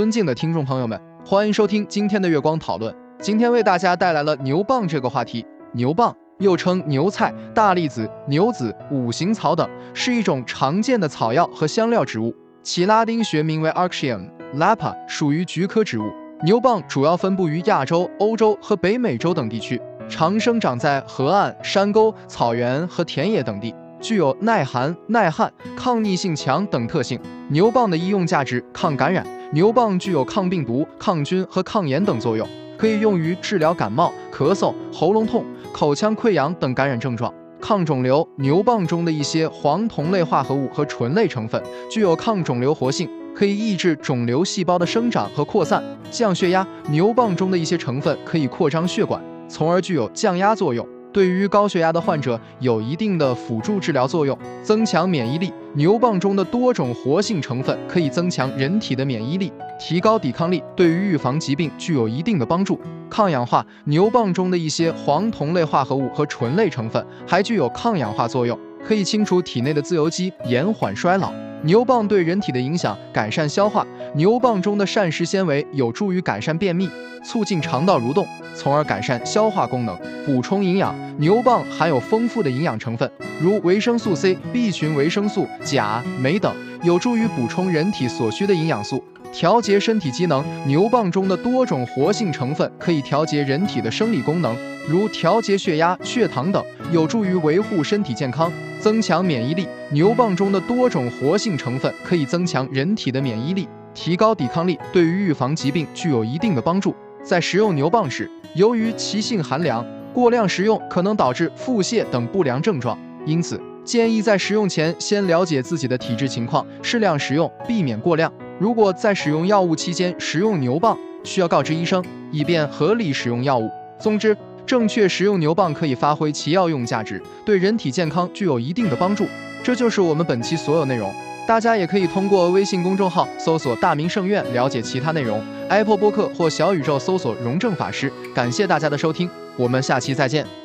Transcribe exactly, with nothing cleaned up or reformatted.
尊敬的听众朋友们，欢迎收听今天的月光讨论。今天为大家带来了牛蒡这个话题。牛蒡又称牛菜、大栗子、牛子、五行草等，是一种常见的草药和香料植物，其拉丁学名为 Archeum lapa， 属于菊科植物。牛蒡主要分布于亚洲、欧洲和北美洲等地区，常生长在河岸、山沟、草原和田野等地，具有耐寒、耐旱、抗逆性强等特性。牛蒡的医用价值：抗感染。牛蒡具有抗病毒、抗菌和抗炎等作用，可以用于治疗感冒、咳嗽、喉咙痛、口腔溃疡等感染症状。抗肿瘤。牛蒡中的一些黄酮类化合物和醇类成分具有抗肿瘤活性，可以抑制肿瘤细胞的生长和扩散。降血压。牛蒡中的一些成分可以扩张血管，从而具有降压作用，对于高血压的患者有一定的辅助治疗作用。增强免疫力。牛蒡中的多种活性成分可以增强人体的免疫力，提高抵抗力，对于预防疾病具有一定的帮助。抗氧化。牛蒡中的一些黄酮类化合物和醇类成分还具有抗氧化作用，可以清除体内的自由基，延缓衰老。牛蒡对人体的影响：改善消化。牛蒡中的膳食纤维有助于改善便秘，促进肠道蠕动，从而改善消化功能。补充营养。牛蒡含有丰富的营养成分，如维生素 C、B 群维生素、钾、镁等，有助于补充人体所需的营养素，调节身体机能。牛蒡中的多种活性成分可以调节人体的生理功能，如调节血压、血糖等，有助于维护身体健康。增强免疫力。牛蒡中的多种活性成分可以增强人体的免疫力，提高抵抗力，对于预防疾病具有一定的帮助。在食用牛蒡时，由于其性寒凉，过量食用可能导致腹泻等不良症状，因此建议在食用前先了解自己的体质情况，适量食用，避免过量。如果在使用药物期间食用牛蒡，需要告知医生，以便合理使用药物。总之，正确食用牛蒡可以发挥其药用价值，对人体健康具有一定的帮助。这就是我们本期所有内容，大家也可以通过微信公众号搜索大明圣院了解其他内容， Apple 播客或小宇宙搜索荣正法师。感谢大家的收听，我们下期再见。